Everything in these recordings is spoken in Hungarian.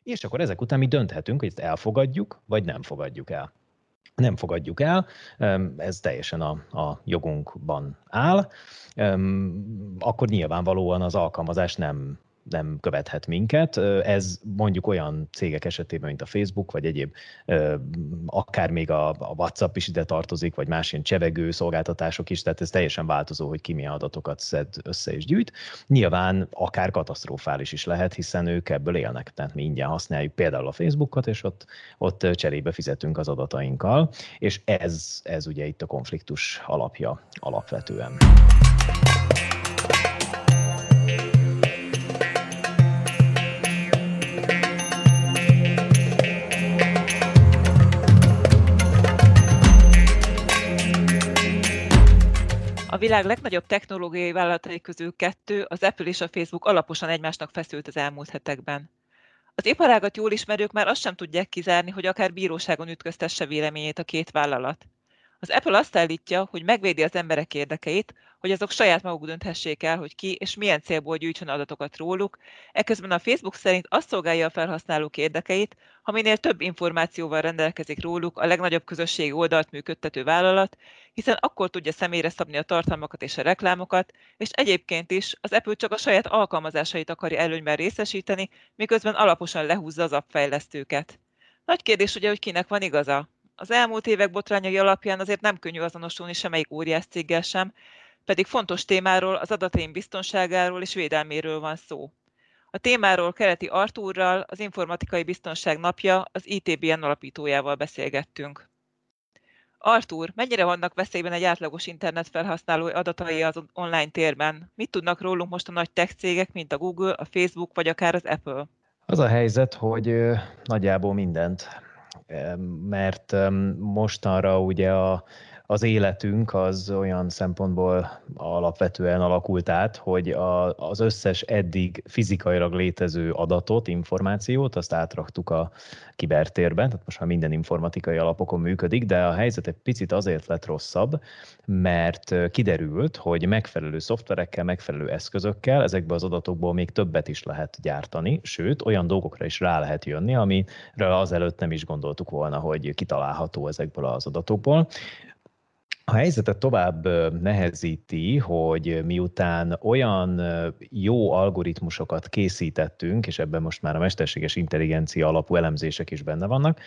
és akkor ezek után mi dönthetünk, hogy ezt elfogadjuk, vagy nem fogadjuk el. Nem fogadjuk el, ez teljesen a jogunkban áll, akkor nyilvánvalóan az alkalmazás nem követhet minket. Ez mondjuk olyan cégek esetében, mint a Facebook, vagy egyéb, akár még a WhatsApp is ide tartozik, vagy más ilyen csevegő szolgáltatások is, tehát ez teljesen változó, hogy ki milyen adatokat szed össze és gyűjt. Nyilván akár katasztrofális is lehet, hiszen ők ebből élnek, tehát mi ingyen használjuk például a Facebookot, és ott cserébe fizetünk az adatainkkal, és ez ugye itt a konfliktus alapja alapvetően. A világ legnagyobb technológiai vállalatai közül 2, az Apple és a Facebook alaposan egymásnak feszült az elmúlt hetekben. Az iparágat jól ismerők már azt sem tudják kizárni, hogy akár bíróságon ütköztesse véleményét a két vállalat. Az Apple azt állítja, hogy megvédi az emberek érdekeit, hogy azok saját maguk dönthessék el, hogy ki és milyen célból gyűjtsön adatokat róluk, eközben a Facebook szerint azt szolgálja a felhasználók érdekeit, ha minél több információval rendelkezik róluk a legnagyobb közösségi oldalt működtető vállalat, hiszen akkor tudja személyre szabni a tartalmakat és a reklámokat, és egyébként is az Apple csak a saját alkalmazásait akarja előnyben részesíteni, miközben alaposan lehúzza az appfejlesztőket. Nagy kérdés ugye, hogy kinek van igaza. Az elmúlt évek botrányai alapján azért nem könnyű azonosulni semmelyik óriás céggel sem, pedig fontos témáról, az adataink biztonságáról és védelméről van szó. A témáról Keleti Artúrral, az Informatikai Biztonság Napja, az ITBN alapítójával beszélgettünk. Artúr, mennyire vannak veszélyben egy átlagos internetfelhasználó adatai az online térben? Mit tudnak rólunk most a nagy tech cégek, mint a Google, a Facebook vagy akár az Apple? Az a helyzet, hogy nagyjából mindent, mert mostanra ugye az életünk az olyan szempontból alapvetően alakult át, hogy az összes eddig fizikailag létező adatot, információt, azt átraktuk a kibertérbe, tehát most már minden informatikai alapokon működik, de a helyzet egy picit azért lett rosszabb, mert kiderült, hogy megfelelő szoftverekkel, megfelelő eszközökkel ezekbe az adatokból még többet is lehet gyártani, sőt, olyan dolgokra is rá lehet jönni, amire azelőtt nem is gondoltuk volna, hogy kitalálható ezekből az adatokból. A helyzetet tovább nehezíti, hogy miután olyan jó algoritmusokat készítettünk, és ebben most már a mesterséges intelligencia alapú elemzések is benne vannak,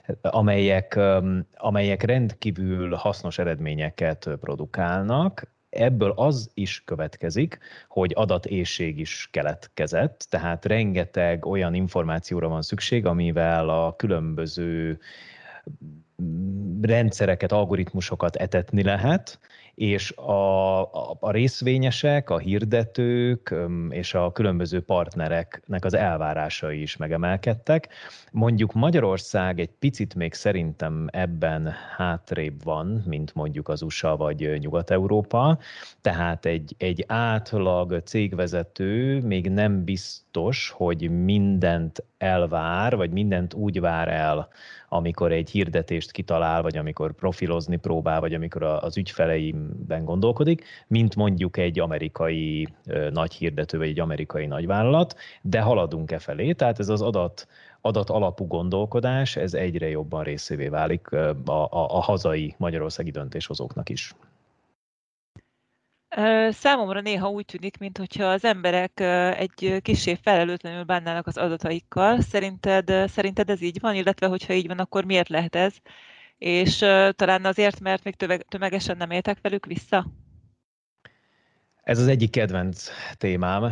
amelyek rendkívül hasznos eredményeket produkálnak, ebből az is következik, hogy adatéhség is keletkezett, tehát rengeteg olyan információra van szükség, amivel a különböző rendszereket, algoritmusokat etetni lehet, és a részvényesek, a hirdetők és a különböző partnereknek az elvárásai is megemelkedtek. Mondjuk Magyarország egy picit még szerintem ebben hátrébb van, mint mondjuk az USA vagy Nyugat-Európa, tehát egy átlag cégvezető még nem biztos, hogy mindent elvár, vagy mindent úgy vár el, amikor egy hirdetést kitalál, vagy amikor profilozni próbál, vagy amikor az ügyfeleimben gondolkodik, mint mondjuk egy amerikai nagy hirdető, vagy egy amerikai nagyvállalat, de haladunk e felé, tehát ez az adat alapú gondolkodás, ez egyre jobban részévé válik a hazai magyarországi döntéshozóknak is. Számomra néha úgy tűnik, mintha az emberek egy kissé felelőtlenül bánnának az adataikkal. Szerinted ez így van, illetve hogyha így van, akkor miért lehet ez? És talán azért, mert még tömegesen nem éltek velük vissza? Ez az egyik kedvenc témám.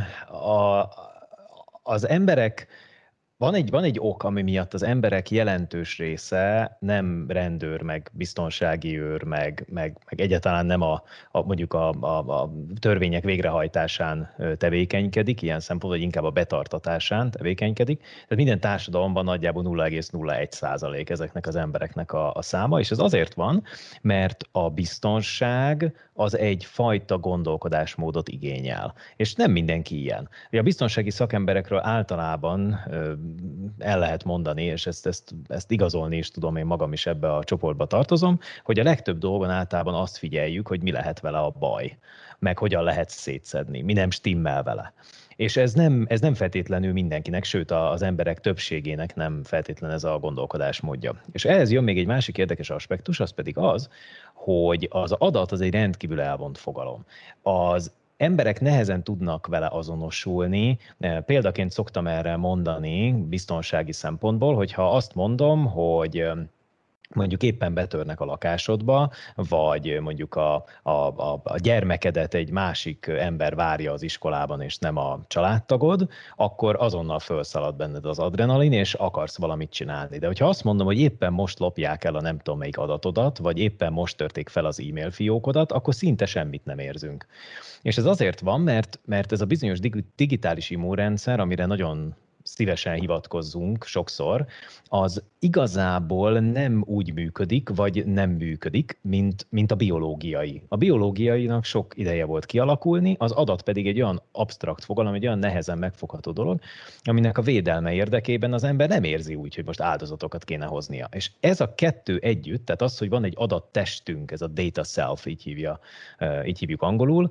Az emberek, van egy ok, ami miatt az emberek jelentős része nem rendőr, meg biztonsági őr, meg egyáltalán nem mondjuk a törvények végrehajtásán tevékenykedik, ilyen szempontból, hogy inkább a betartatásán tevékenykedik. Tehát minden társadalomban nagyjából 0,01% ezeknek az embereknek a száma, és ez azért van, mert a biztonság az egyfajta gondolkodásmódot igényel. És nem mindenki ilyen. A biztonsági szakemberekről általában el lehet mondani, és ezt igazolni is tudom, én magam is ebbe a csoportba tartozom, hogy a legtöbb dolgon általában azt figyeljük, hogy mi lehet vele a baj, meg hogyan lehet szétszedni, mi nem stimmel vele. És ez nem feltétlenül mindenkinek, sőt az emberek többségének nem feltétlen ez a gondolkodásmódja. És ehhez jön még egy másik érdekes aspektus, az pedig az, hogy az adat az egy rendkívül elvont fogalom. Az emberek nehezen tudnak vele azonosulni. Példaként szoktam erre mondani biztonsági szempontból, hogyha azt mondom, hogy mondjuk éppen betörnek a lakásodba, vagy mondjuk a gyermekedet egy másik ember várja az iskolában, és nem a családtagod, akkor azonnal felszalad benned az adrenalin, és akarsz valamit csinálni. De hogyha azt mondom, hogy éppen most lopják el a nem tudom melyik adatodat, vagy éppen most törték fel az e-mail fiókodat, akkor szinte semmit nem érzünk. És ez azért van, mert ez a bizonyos digitális immunrendszer, amire nagyon szívesen hivatkozzunk sokszor, az igazából nem úgy működik, vagy nem működik, mint a biológiai. A biológiainak sok ideje volt kialakulni, az adat pedig egy olyan absztrakt fogalom, egy olyan nehezen megfogható dolog, aminek a védelme érdekében az ember nem érzi úgy, hogy most áldozatokat kéne hoznia. És ez a kettő együtt, tehát az, hogy van egy adattestünk, ez a data self, így hívjuk angolul,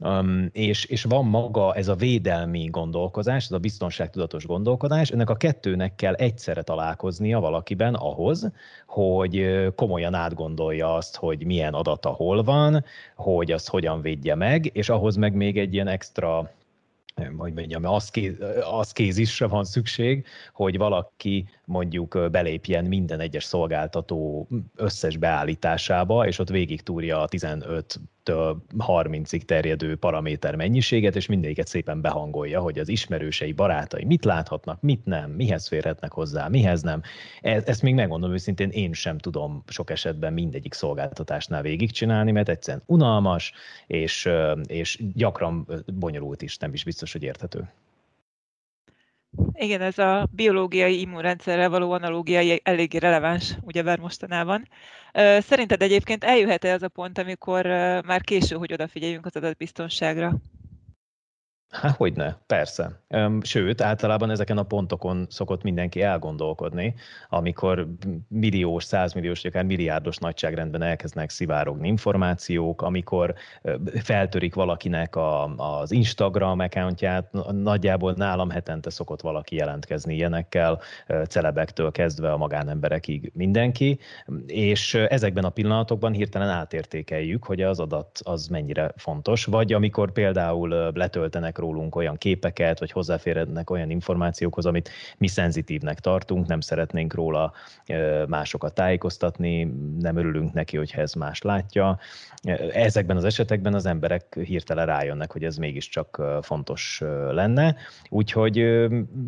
és van maga ez a védelmi gondolkozás, ez a biztonságtudatos gondolkodás, ennek a kettőnek kell egyszerre találkoznia valakiben ahhoz, hogy komolyan átgondolja azt, hogy milyen adata hol van, hogy azt hogyan védje meg, és ahhoz meg még egy ilyen extra, hogy mondjam, aszkézisre van szükség, hogy valaki mondjuk belépjen minden egyes szolgáltató összes beállításába, és ott végig túrja a 15-től 30-ig terjedő paraméter mennyiséget, és mindegyiket szépen behangolja, hogy az ismerősei, barátai mit láthatnak, mit nem, mihez férhetnek hozzá, mihez nem. Ezt még megmondom őszintén, én sem tudom sok esetben mindegyik szolgáltatásnál végigcsinálni, mert egyszerűen unalmas, és gyakran bonyolult is, nem is biztos, hogy érthető. Igen, ez a biológiai immunrendszerrel való analógia eléggé releváns, ugyebár mostanában. Szerinted egyébként eljöhet-e az a pont, amikor már késő, hogy odafigyeljünk az adatbiztonságra? Hogyne, persze. Sőt, általában ezeken a pontokon szokott mindenki elgondolkodni, amikor milliós, százmilliós, vagy akár milliárdos nagyságrendben elkezdenek szivárogni információk, amikor feltörik valakinek az Instagram accountját, nagyjából nálam hetente szokott valaki jelentkezni ilyenekkel, celebektől kezdve a magánemberekig mindenki, és ezekben a pillanatokban hirtelen átértékeljük, hogy az adat az mennyire fontos, vagy amikor például letöltenek rólunk olyan képeket, vagy hozzáférhetnek olyan információkhoz, amit mi szenzitívnek tartunk, nem szeretnénk róla másokat tájékoztatni, nem örülünk neki, hogyha ez más látja. Ezekben az esetekben az emberek hirtelen rájönnek, hogy ez mégiscsak fontos lenne. Úgyhogy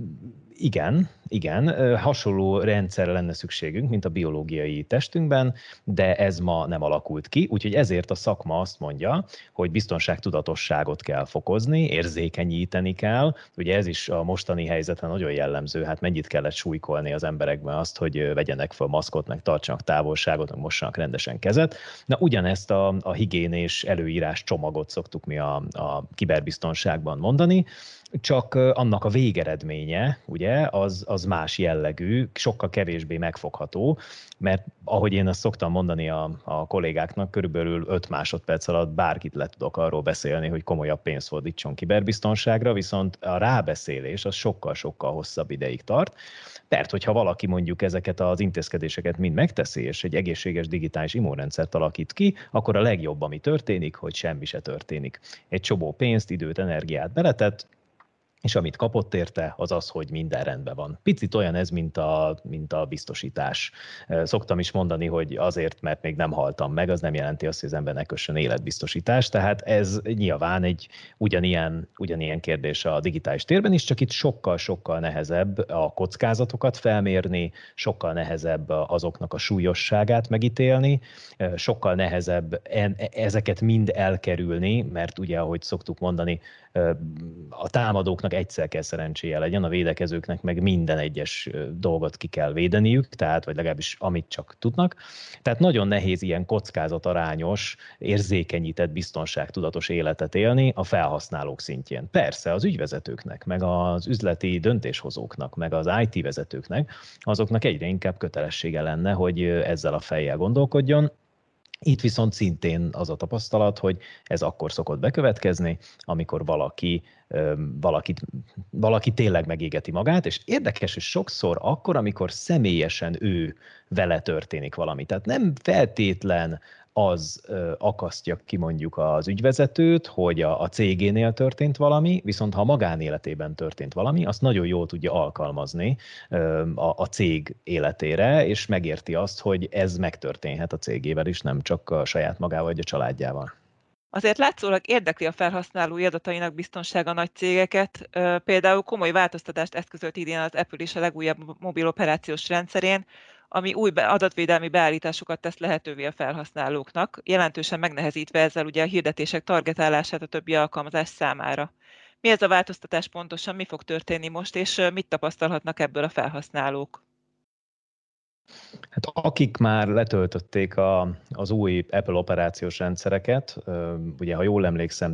igen, hasonló rendszerre lenne szükségünk, mint a biológiai testünkben, de ez ma nem alakult ki, úgyhogy ezért a szakma azt mondja, hogy biztonságtudatosságot kell fokozni, érzékenyíteni kell. Ugye ez is a mostani helyzeten nagyon jellemző, hát mennyit kellett súlykolni az emberekben azt, hogy vegyenek fel maszkot, meg tartsanak távolságot, meg mossanak rendesen kezet. Na ugyanezt a higiénés előírás csomagot szoktuk mi a kiberbiztonságban mondani, csak annak a végeredménye, ugye, az más jellegű, sokkal kevésbé megfogható, mert ahogy én azt szoktam mondani a kollégáknak, körülbelül 5 másodperc alatt bárkit le tudok arról beszélni, hogy komolyabb pénzt fordítson kiberbiztonságra, viszont a rábeszélés az sokkal-sokkal hosszabb ideig tart, mert hogyha valaki mondjuk ezeket az intézkedéseket mind megteszi, és egy egészséges digitális immunrendszert alakít ki, akkor a legjobb, ami történik, hogy semmi se történik. Egy csomó pénzt, időt, energiát beletett, és amit kapott érte, az az, hogy minden rendben van. Picit olyan ez, mint a biztosítás. Szoktam is mondani, hogy azért, mert még nem haltam meg, az nem jelenti azt, hogy az ember ne kössön életbiztosítást, tehát ez nyilván egy ugyanilyen kérdés a digitális térben is, csak itt sokkal-sokkal nehezebb a kockázatokat felmérni, sokkal nehezebb azoknak a súlyosságát megítélni, sokkal nehezebb ezeket mind elkerülni, mert ugye, ahogy szoktuk mondani, a támadóknak támadóknak egyszer kell szerencséje legyen, a védekezőknek meg minden egyes dolgot ki kell védeniük, tehát vagy legalábbis amit csak tudnak. Tehát nagyon nehéz ilyen kockázatarányos, érzékenyített, biztonságtudatos életet élni a felhasználók szintjén. Persze az ügyvezetőknek, meg az üzleti döntéshozóknak, meg az IT vezetőknek, azoknak egyre inkább kötelessége lenne, hogy ezzel a fejjel gondolkodjon. Itt viszont szintén az a tapasztalat, hogy ez akkor szokott bekövetkezni, amikor valaki tényleg megégeti magát, és érdekes, hogy sokszor akkor, amikor személyesen vele történik valami. Tehát nem feltétlen az akasztja ki mondjuk az ügyvezetőt, hogy a cégénél történt valami, viszont ha a magánéletében történt valami, azt nagyon jól tudja alkalmazni a cég életére, és megérti azt, hogy ez megtörténhet a cégével is, nem csak a saját magával vagy a családjával. Azért látszólag érdekli a felhasználói adatainak biztonsága nagy cégeket. Például komoly változtatást eszközölt idén az Apple is a legújabb mobil operációs rendszerén, ami új adatvédelmi beállításokat tesz lehetővé a felhasználóknak, jelentősen megnehezítve ezzel ugye a hirdetések targetálását a többi alkalmazás számára. Mi ez a változtatás pontosan, mi fog történni most, és mit tapasztalhatnak ebből a felhasználók? Hát akik már letöltötték az új Apple operációs rendszereket, ugye ha jól emlékszem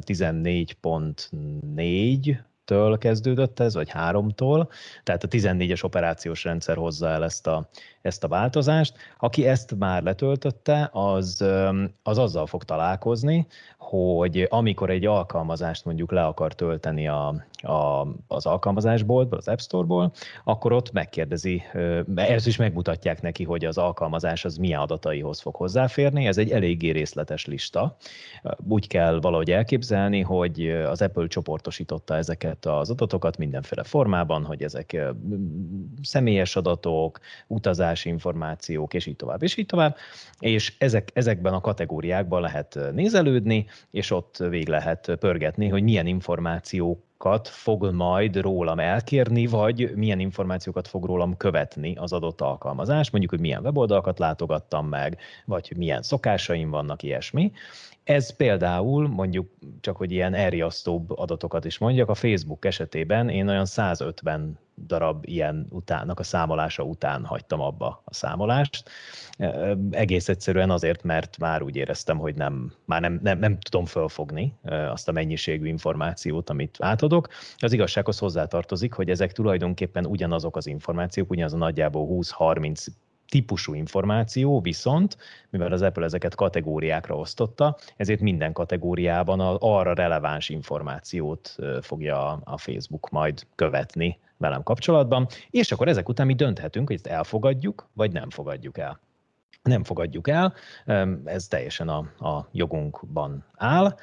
14.4-től kezdődött ez, vagy 3-tól, tehát a 14-es operációs rendszer hozza el ezt a változást. Aki ezt már letöltötte, az azzal fog találkozni, hogy amikor egy alkalmazást mondjuk le akar tölteni az alkalmazásboltból, az App Store-ból, akkor ott megkérdezi, ezt is megmutatják neki, hogy az alkalmazás az milyen adataihoz fog hozzáférni. Ez egy eléggé részletes lista. Úgy kell valahogy elképzelni, hogy az Apple csoportosította ezeket az adatokat mindenféle formában, hogy ezek személyes adatok, utazási információk, és így tovább, és így tovább. És ezekben a kategóriákban lehet nézelődni, és ott végig lehet pörgetni, hogy milyen információkat fog majd rólam elkérni, vagy milyen információkat fog rólam követni az adott alkalmazás, mondjuk, hogy milyen weboldalakat látogattam meg, vagy hogy milyen szokásaim vannak, ilyesmi. Ez például, mondjuk csak, hogy ilyen elriasztóbb adatokat is mondjak, a Facebook esetében én olyan 150 darab ilyen utánnak a számolása után hagytam abba a számolást. Egész egyszerűen azért, mert már úgy éreztem, hogy nem tudom fölfogni azt a mennyiségű információt, amit átadok. Az igazsághoz hozzátartozik, hogy ezek tulajdonképpen ugyanazok az információk, ugyanaz a nagyjából 20-30 típusú információ, viszont mivel az Apple ezeket kategóriákra osztotta, ezért minden kategóriában arra releváns információt fogja a Facebook majd követni velem kapcsolatban, és akkor ezek után mi dönthetünk, hogy ezt elfogadjuk, vagy nem fogadjuk el. Nem fogadjuk el, ez teljesen a jogunkban áll,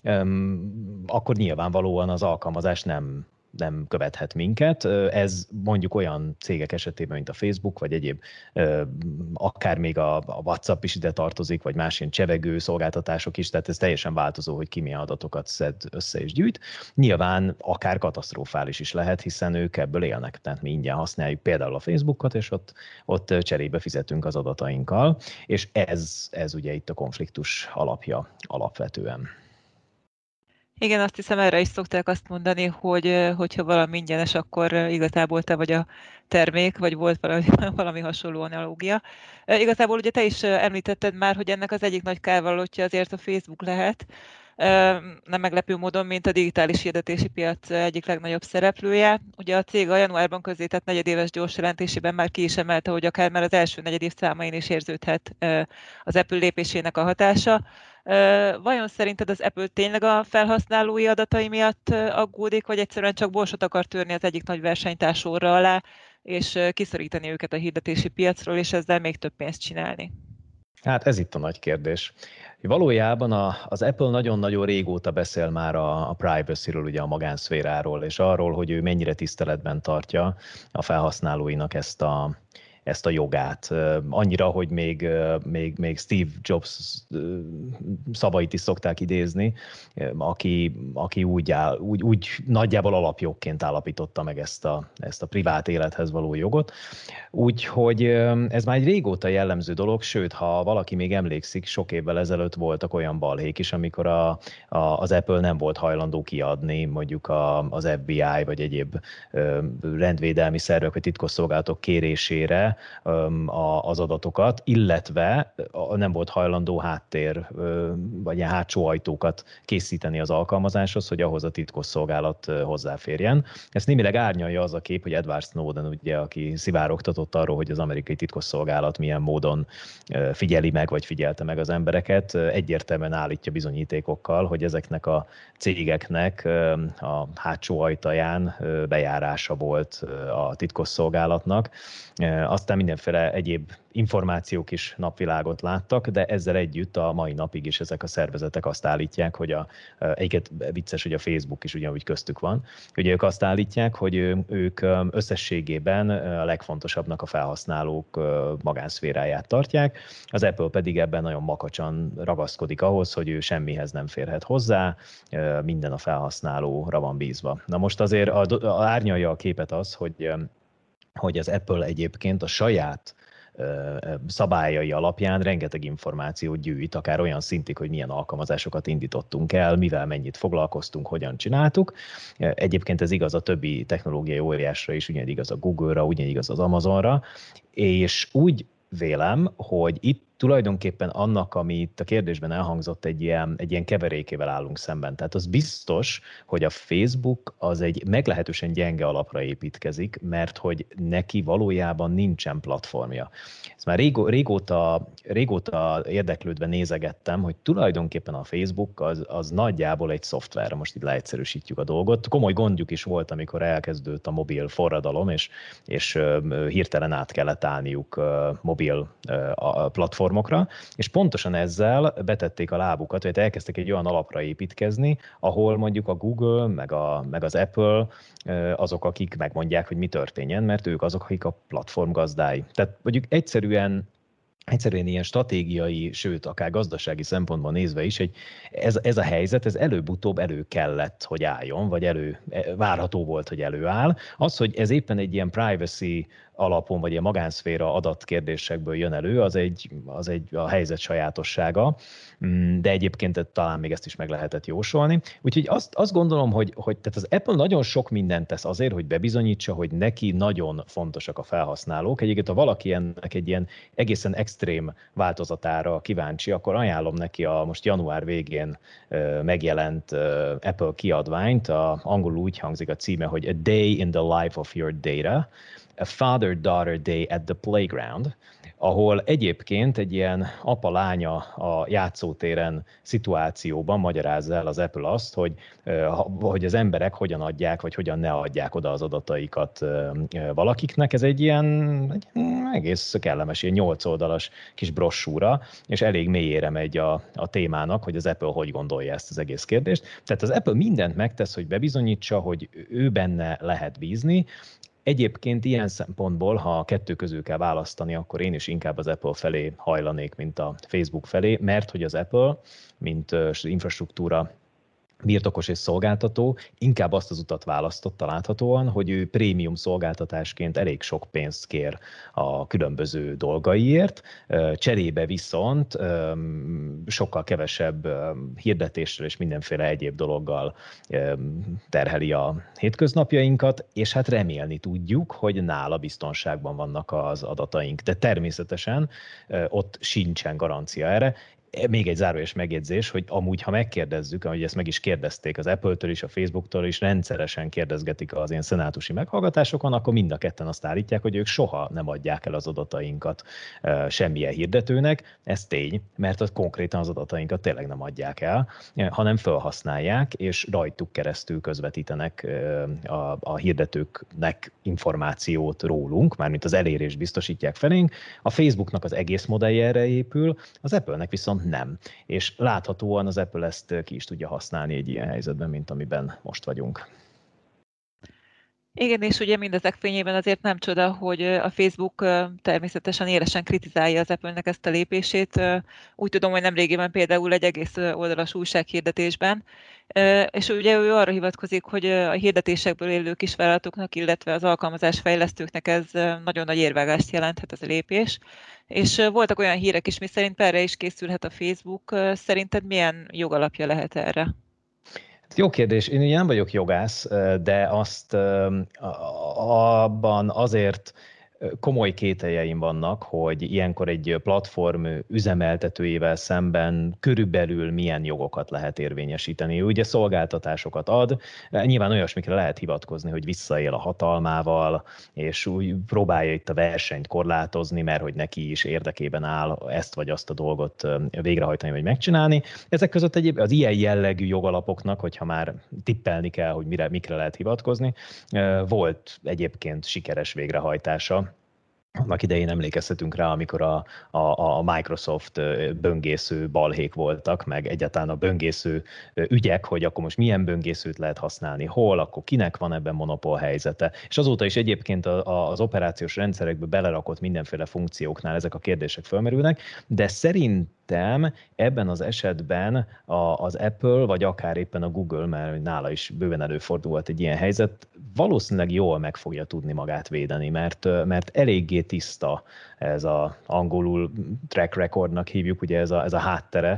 akkor nyilvánvalóan az alkalmazás nem követhet minket. Ez mondjuk olyan cégek esetében, mint a Facebook, vagy egyéb, akár még a WhatsApp is ide tartozik, vagy más ilyen csevegő szolgáltatások is, tehát ez teljesen változó, hogy ki milyen adatokat szed össze és gyűjt. Nyilván akár katasztrofális is lehet, hiszen ők ebből élnek, tehát mi ingyen használjuk például a Facebookot, és ott cserébe fizetünk az adatainkkal, és ez ugye itt a konfliktus alapja alapvetően. Igen, azt hiszem, erre is szokták azt mondani, hogy hogyha valami ingyenes, akkor igazából te vagy a termék, vagy volt valami hasonló analógia. Igazából ugye te is említetted már, hogy ennek az egyik nagy kárvallottja azért a Facebook lehet, nem meglepő módon, mint a digitális hirdetési piac egyik legnagyobb szereplője. Ugye a cég a januárban közzétett negyedéves gyors jelentésében már ki is emelte, hogy akár már az első negyedév számain is érződhet az Apple lépésének a hatása. Vajon szerinted az Apple tényleg a felhasználói adatai miatt aggódik, vagy egyszerűen csak borsot akar törni az egyik nagy versenytárs orra alá, és kiszorítani őket a hirdetési piacról, és ezzel még több pénzt csinálni? Hát ez itt a nagy kérdés. Valójában az Apple nagyon-nagyon régóta beszél már a privacy-ről, ugye a magánszféráról, és arról, hogy ő mennyire tiszteletben tartja a felhasználóinak ezt ezt a jogát. Annyira, hogy még Steve Jobs szavait is szokták idézni, aki úgy nagyjából alapjogként állapította meg ezt a privát élethez való jogot. Úgyhogy ez már egy régóta jellemző dolog, sőt, ha valaki még emlékszik, sok évvel ezelőtt voltak olyan balhék is, amikor az Apple nem volt hajlandó kiadni mondjuk az FBI vagy egyéb rendvédelmi szervek vagy titkosszolgálatok kérésére az adatokat, illetve nem volt hajlandó háttér vagy ilyen hátsó ajtókat készíteni az alkalmazáshoz, hogy ahhoz a titkosszolgálat hozzáférjen. Ezt némileg árnyalja az a kép, hogy Edward Snowden, ugye, aki szivárogtatott arról, hogy az amerikai titkosszolgálat milyen módon figyeli meg, vagy figyelte meg az embereket, egyértelműen állítja bizonyítékokkal, hogy ezeknek a cégeknek a hátsó ajtaján bejárása volt a titkosszolgálatnak. Aztán mindenféle egyéb információk is napvilágot láttak, de ezzel együtt a mai napig is ezek a szervezetek azt állítják, hogy egyiket vicces, hogy a Facebook is ugyanúgy köztük van, hogy ők azt állítják, hogy ők összességében a legfontosabbnak a felhasználók magánszféráját tartják, az Apple pedig ebben nagyon makacsan ragaszkodik ahhoz, hogy ő semmihez nem férhet hozzá, minden a felhasználóra van bízva. Na most azért árnyalja a képet az, hogy az Apple egyébként a saját szabályai alapján rengeteg információt gyűjt, akár olyan szintig, hogy milyen alkalmazásokat indítottunk el, mivel mennyit foglalkoztunk, hogyan csináltuk. Egyébként ez igaz a többi technológiai óriásra is, ugyanígy igaz a Google-ra, ugyanígy igaz az Amazonra, és úgy vélem, hogy itt tulajdonképpen annak, ami itt a kérdésben elhangzott, egy ilyen keverékével állunk szemben. Tehát az biztos, hogy a Facebook az egy meglehetősen gyenge alapra építkezik, mert hogy neki valójában nincsen platformja. Ezt már régóta érdeklődve nézegettem, hogy tulajdonképpen a Facebook az nagyjából egy szoftver, most itt leegyszerűsítjük a dolgot. Komoly gondjuk is volt, amikor elkezdődött a mobil forradalom, és hirtelen át kellett állniuk mobil platformokra, és pontosan ezzel betették a lábukat, hogy elkezdtek egy olyan alapra építkezni, ahol mondjuk a Google, meg az Apple azok, akik megmondják, hogy mi történjen, mert ők azok, akik a platform gazdái. Tehát mondjuk egyszerűen ilyen stratégiai, sőt, akár gazdasági szempontból nézve is, hogy ez a helyzet, ez előbb-utóbb elő kellett, hogy álljon, vagy várható volt, hogy előáll. Az, hogy ez éppen egy ilyen privacy alapon, vagy ilyen magánszféra adatkérdésekből jön elő, az egy a helyzet sajátossága, de egyébként talán még ezt is meg lehetett jósolni. Úgyhogy azt gondolom, hogy tehát az Apple nagyon sok mindent tesz azért, hogy bebizonyítsa, hogy neki nagyon fontosak a felhasználók. Egyébként, ha valaki ennek egy ilyen egészen extrém változatára kíváncsi, akkor ajánlom neki a most január végén megjelent Apple kiadványt, angolul úgy hangzik a címe, hogy A Day in the Life of Your Data, A Father-Daughter Day at the Playground, ahol egyébként egy ilyen apa-lánya a játszótéren szituációban magyarázza el az Apple azt, hogy az emberek hogyan adják, vagy hogyan ne adják oda az adataikat valakiknek. Ez egy ilyen egész kellemes, ilyen 8 oldalas kis brossúra, és elég mélyére megy a témának, hogy az Apple hogy gondolja ezt az egész kérdést. Tehát az Apple mindent megtesz, hogy bebizonyítsa, hogy ő benne lehet bízni. Egyébként ilyen szempontból, ha a kettő közül kell választani, akkor én is inkább az Apple felé hajlanék, mint a Facebook felé, mert hogy az Apple, mint infrastruktúra birtokos és szolgáltató, inkább azt az utat választotta láthatóan, hogy ő prémium szolgáltatásként elég sok pénzt kér a különböző dolgaiért, cserébe viszont sokkal kevesebb hirdetéssel és mindenféle egyéb dologgal terheli a hétköznapjainkat, és hát remélni tudjuk, hogy nála biztonságban vannak az adataink. De természetesen ott sincsen garancia erre. Még egy zárójeles megjegyzés, hogy amúgy, ha megkérdezzük, ahogy ezt meg is kérdezték az Apple-től is, a Facebook-től is, rendszeresen kérdezgetik az ilyen szenátusi meghallgatásokon, akkor mind a ketten azt állítják, hogy ők soha nem adják el az adatainkat semmilyen hirdetőnek. Ez tény, mert konkrétan az adatainkat tényleg nem adják el, hanem felhasználják, és rajtuk keresztül közvetítenek a hirdetőknek információt rólunk, mármint az elérést biztosítják felénk. A Facebooknak az egész modellje erre épül, az Apple-nek viszont nem. És láthatóan az Apple ezt ki is tudja használni egy ilyen helyzetben, mint amiben most vagyunk. Igen, és ugye mindezek fényében azért nem csoda, hogy a Facebook természetesen élesen kritizálja az Apple-nek ezt a lépését. Úgy tudom, hogy nemrégiben például egy egész oldalas újsághirdetésben, és ugye ő arra hivatkozik, hogy a hirdetésekből élő kisvállalatoknak, illetve az alkalmazásfejlesztőknek ez nagyon nagy érvágást jelenthet ez a lépés. És voltak olyan hírek is, miszerint erre is készülhet a Facebook. Szerinted milyen jogalapja lehet erre? Jó kérdés. Én ugye nem vagyok jogász, de azt abban azért komoly kételjeim vannak, hogy ilyenkor egy platform üzemeltetőjével szemben körülbelül milyen jogokat lehet érvényesíteni. Ugye szolgáltatásokat ad, nyilván olyasmikre lehet hivatkozni, hogy visszaél a hatalmával, és úgy próbálja itt a versenyt korlátozni, mert hogy neki is érdekében áll ezt vagy azt a dolgot végrehajtani vagy megcsinálni. Ezek között egyébként az ilyen jellegű jogalapoknak, hogyha már tippelni kell, hogy mikre lehet hivatkozni, volt egyébként sikeres végrehajtása. Annak idején emlékezhetünk rá, amikor a Microsoft böngésző balhék voltak, meg egyáltalán a böngésző ügyek, hogy akkor most milyen böngészőt lehet használni, hol, akkor kinek van ebben monopól helyzete. És azóta is egyébként az operációs rendszerekbe belerakott mindenféle funkcióknál ezek a kérdések fölmerülnek, de szerintem ebben az esetben az Apple, vagy akár éppen a Google, mert nála is bőven előfordulhat egy ilyen helyzet, valószínűleg jól meg fogja tudni magát védeni, mert eléggé tiszta ez a angolul track recordnak hívjuk, ugye ez a háttere,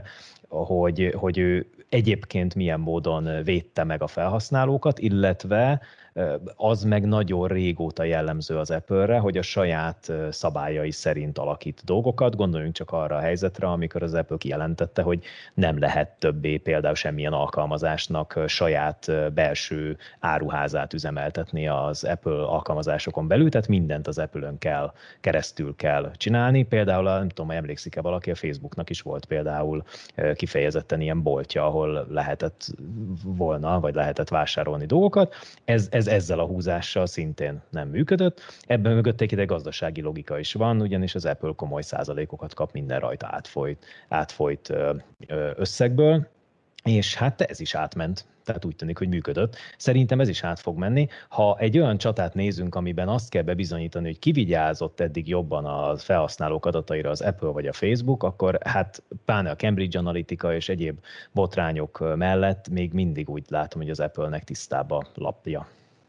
hogy ő egyébként milyen módon védte meg a felhasználókat, illetve az meg nagyon régóta jellemző az Apple-re, hogy a saját szabályai szerint alakít dolgokat. Gondoljunk csak arra a helyzetre, amikor az Apple kijelentette, hogy nem lehet többé például semmilyen alkalmazásnak saját belső áruházát üzemeltetni az Apple alkalmazásokon belül, tehát mindent az Apple-ön keresztül kell csinálni. Például, nem tudom, hogy emlékszik-e valaki, a Facebooknak is volt például kifejezetten ilyen boltja, ahol lehetett volna, vagy lehetett vásárolni dolgokat. Ez ezzel a húzással szintén nem működött. Ebben mögött egy gazdasági logika is van, ugyanis az Apple komoly százalékokat kap minden rajta átfolyt összegből, és hát ez is átment. Tehát úgy tűnik, hogy működött. Szerintem ez is át fog menni. Ha egy olyan csatát nézünk, amiben azt kell bebizonyítani, hogy ki vigyázott eddig jobban a felhasználók adataira, az Apple vagy a Facebook, akkor hát pláne a Cambridge Analytica és egyéb botrányok mellett még mindig úgy látom, hogy az Apple-nek tisztább a lapja.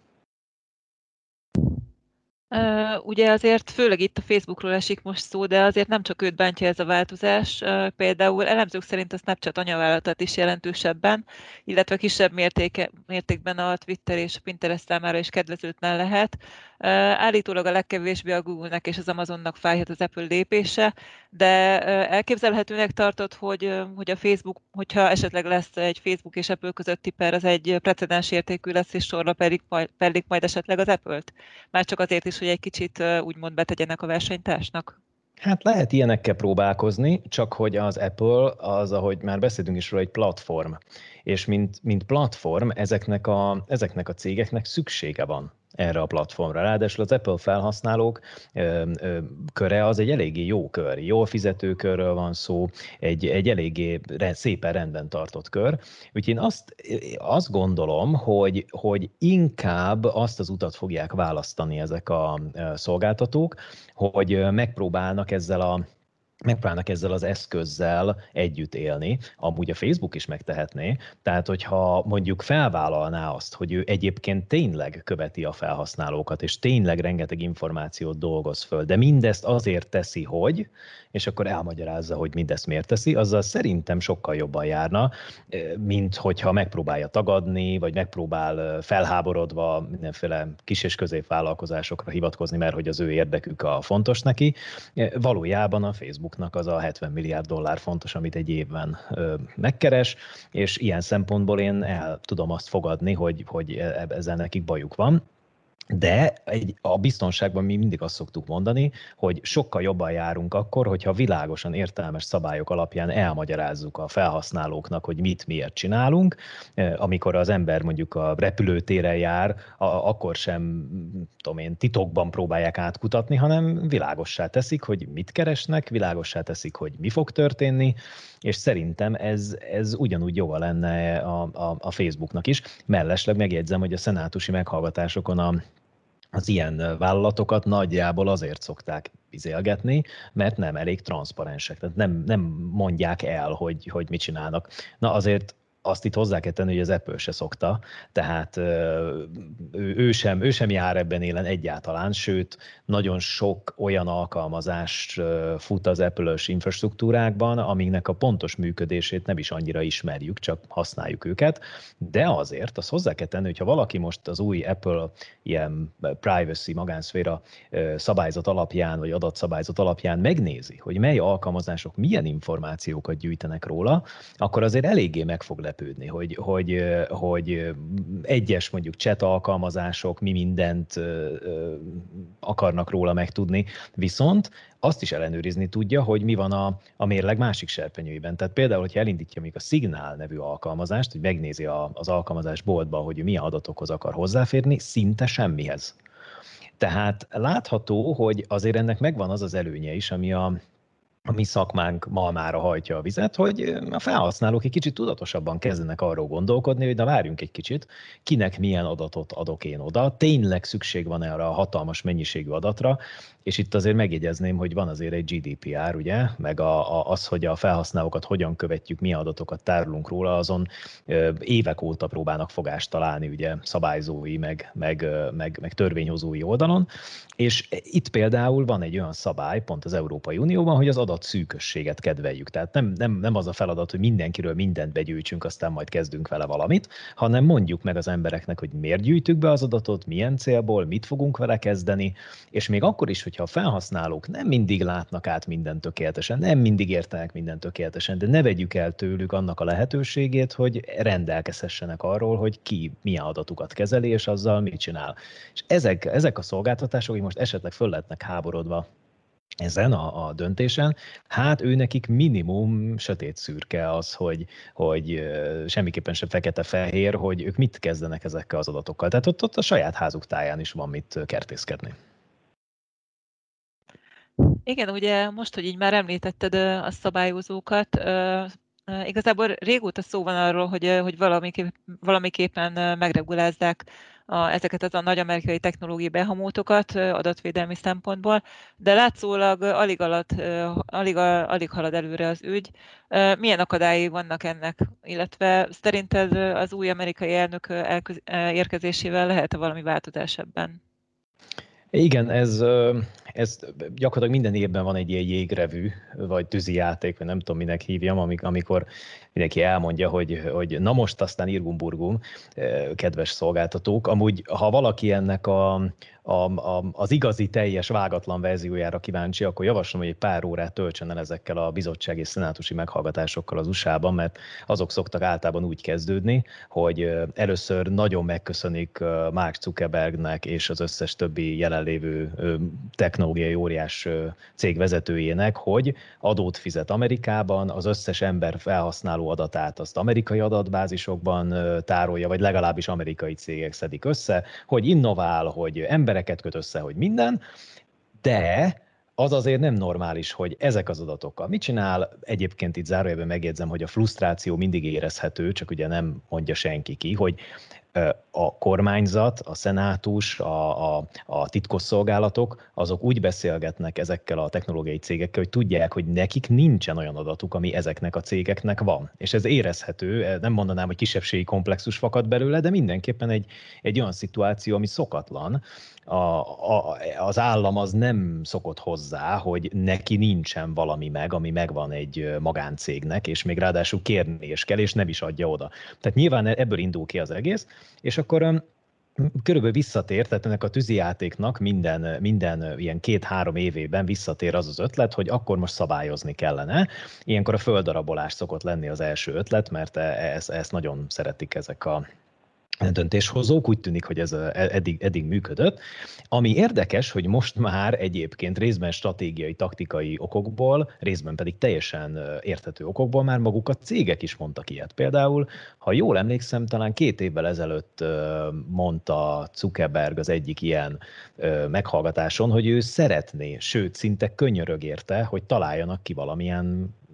Ugye azért főleg itt a Facebookról esik most szó, de azért nem csak őt bántja ez a változás. Például elemzők szerint a Snapchat anyavállalatát is jelentősebben, illetve kisebb mértékben a Twitter és a Pinterest számára is kedvezőtlen lehet. Állítólag a legkevésbé a Google-nek és az Amazonnak fájhat az Apple lépése, de elképzelhetőnek tartott, hogy a Facebook, hogyha esetleg lesz egy Facebook és Apple közötti per, az egy precedens értékű lesz, és sorra perlik majd esetleg az Apple-t. Már csak azért is, hogy egy kicsit úgymond betegyenek a versenytársnak. Hát lehet ilyenekkel próbálkozni, csak hogy az Apple az, ahogy már beszéltünk is róla, egy platform. És mint platform ezeknek a cégeknek szüksége van erre a platformra. Ráadásul az Apple felhasználók köre az egy eléggé jó kör, jól fizető körről van szó, egy eléggé szépen rendben tartott kör. Úgyhogy én azt gondolom, hogy inkább azt az utat fogják választani ezek a szolgáltatók, hogy megpróbálnak ezzel az eszközzel együtt élni, amúgy a Facebook is megtehetné, tehát hogyha mondjuk felvállalná azt, hogy ő egyébként tényleg követi a felhasználókat, és tényleg rengeteg információt dolgoz föl, de mindezt azért teszi, hogy, és akkor elmagyarázza, hogy mindezt miért teszi, azzal szerintem sokkal jobban járna, mint hogyha megpróbálja tagadni, vagy megpróbál felháborodva mindenféle kis- és középvállalkozásokra hivatkozni, mert hogy az ő érdekük a fontos neki. Valójában a Facebooknak az a 70 milliárd dollár fontos, amit egy évben megkeres, és ilyen szempontból én el tudom azt fogadni, hogy ezzel nekik bajuk van. De a biztonságban mi mindig azt szoktuk mondani, hogy sokkal jobban járunk akkor, hogyha világosan értelmes szabályok alapján elmagyarázzuk a felhasználóknak, hogy mit miért csinálunk. Amikor az ember mondjuk a repülőtéren jár, akkor sem tudom én, titokban próbálják átkutatni, hanem világossá teszik, hogy mit keresnek, világossá teszik, hogy mi fog történni, és szerintem ez ugyanúgy joga lenne a Facebooknak is. Mellesleg megjegyzem, hogy a szenátusi meghallgatásokon az ilyen vállalatokat nagyjából azért szokták izélgetni, mert nem elég transzparensek, tehát nem mondják el, hogy mit csinálnak. Na azért azt itt hozzá kell tenni, hogy az Apple se szokta, tehát ő sem jár ebben élen egyáltalán, sőt, nagyon sok olyan alkalmazást fut az Apple-ös infrastruktúrákban, amiknek a pontos működését nem is annyira ismerjük, csak használjuk őket, de azért azt hozzá kell tenni, hogyha valaki most az új Apple ilyen privacy, magánszféra szabályzat alapján, vagy adatszabályzat alapján megnézi, hogy mely alkalmazások milyen információkat gyűjtenek róla, akkor azért eléggé meg fog lepődni, hogy egyes mondjuk chat alkalmazások mi mindent akarnak róla megtudni, viszont azt is ellenőrizni tudja, hogy mi van a mérleg másik serpenyőiben. Tehát például, hogyha elindítja még a Signal nevű alkalmazást, hogy megnézi az alkalmazás boltba, hogy milyen adatokhoz akar hozzáférni, szinte semmihez. Tehát látható, hogy azért ennek megvan az az előnye is, ami a mi szakmánk malmára hajtja a vizet, hogy a felhasználók egy kicsit tudatosabban kezdenek arról gondolkodni, hogy na várjunk egy kicsit, kinek milyen adatot adok én oda, tényleg szükség van erre a hatalmas mennyiségű adatra, és itt azért megjegyezném, hogy van azért egy GDPR, ugye, meg az, hogy a felhasználókat hogyan követjük, milyen adatokat tárolunk róla, azon évek óta próbálnak fogást találni, ugye, szabályzói, meg törvényhozói oldalon, és itt például van egy olyan szabály, pont az Európai Unióban, hogy az adatszűkösséget kedveljük. Tehát nem az a feladat, hogy mindenkiről mindent begyűjtsünk, aztán majd kezdünk vele valamit, hanem mondjuk meg az embereknek, hogy miért gyűjtük be az adatot, milyen célból, mit fogunk vele kezdeni, és még akkor is, hogyha a felhasználók nem mindig látnak át mindent tökéletesen, nem mindig értenek mindent tökéletesen, de ne vegyük el tőlük annak a lehetőségét, hogy rendelkezhessenek arról, hogy ki milyen adatukat kezeli, és azzal mit csinál. És ezek a szolgáltatások, hogy most esetleg föl lehetnek háborodva ezen a döntésen, hát ő nekik minimum sötét szürke az, hogy semmiképpen sem fekete-fehér, hogy ők mit kezdenek ezekkel az adatokkal. Tehát ott a saját házuk táján is van mit kertészkedni. Igen, ugye most, hogy így már említetted a szabályozókat, igazából régóta szó van arról, hogy valamiképpen megregulázzák ezeket az a nagy amerikai technológiai behamótokat adatvédelmi szempontból, de látszólag alig halad előre az ügy. Milyen akadályai vannak ennek, illetve szerinted az új amerikai elnök érkezésével lehet-e valami változás ebben? Igen, ez gyakorlatilag minden évben van egy ilyen jégrevű, vagy tűzijáték, vagy nem tudom, minek hívjam, amikor mindenki elmondja, hogy na most aztán irgum-burgum, kedves szolgáltatók. Amúgy, ha valaki ennek az igazi, teljes, vágatlan verziójára kíváncsi, akkor javaslom, hogy egy pár órát töltsön el ezekkel a bizottság és szenátusi meghallgatásokkal az USA-ban, mert azok szoktak általában úgy kezdődni, hogy először nagyon megköszönik Mark Zuckerbergnek és az összes többi jelenlévő technológiai óriás cég vezetőjének, hogy adót fizet Amerikában, az összes ember felhasználó adatát azt amerikai adatbázisokban tárolja, vagy legalábbis amerikai cégek szedik össze, hogy innovál, hogy embereket köt össze, hogy minden, de az azért nem normális, hogy ezek az adatokkal mit csinál. Egyébként itt zárójelben megjegyzem, hogy a frusztráció mindig érezhető, csak ugye nem mondja senki ki, hogy a kormányzat, a szenátus, a titkosszolgálatok, azok úgy beszélgetnek ezekkel a technológiai cégekkel, hogy tudják, hogy nekik nincsen olyan adatuk, ami ezeknek a cégeknek van. És ez érezhető, nem mondanám, hogy kisebbségi komplexus fakad belőle, de mindenképpen egy olyan szituáció, ami szokatlan. Az állam az nem szokott hozzá, hogy neki nincsen valami ami megvan egy magáncégnek, és még ráadásul kérni is kell, és nem is adja oda. Tehát nyilván ebből indul ki az egész, és akkor körülbelül visszatér, tehát ennek a tűzijátéknak minden ilyen 2-3 évében visszatér az ötlet, hogy akkor most szabályozni kellene. Ilyenkor a földarabolás szokott lenni az első ötlet, mert ezt nagyon szeretik ezek a döntéshozók, úgy tűnik, hogy ez eddig működött. Ami érdekes, hogy most már egyébként részben stratégiai, taktikai okokból, részben pedig teljesen érthető okokból már maguk a cégek is mondtak ilyet. Például, ha jól emlékszem, talán 2 évvel ezelőtt mondta Zuckerberg az egyik ilyen meghallgatáson, hogy ő szeretné, sőt, szinte könyörög érte, hogy találjanak ki valamilyen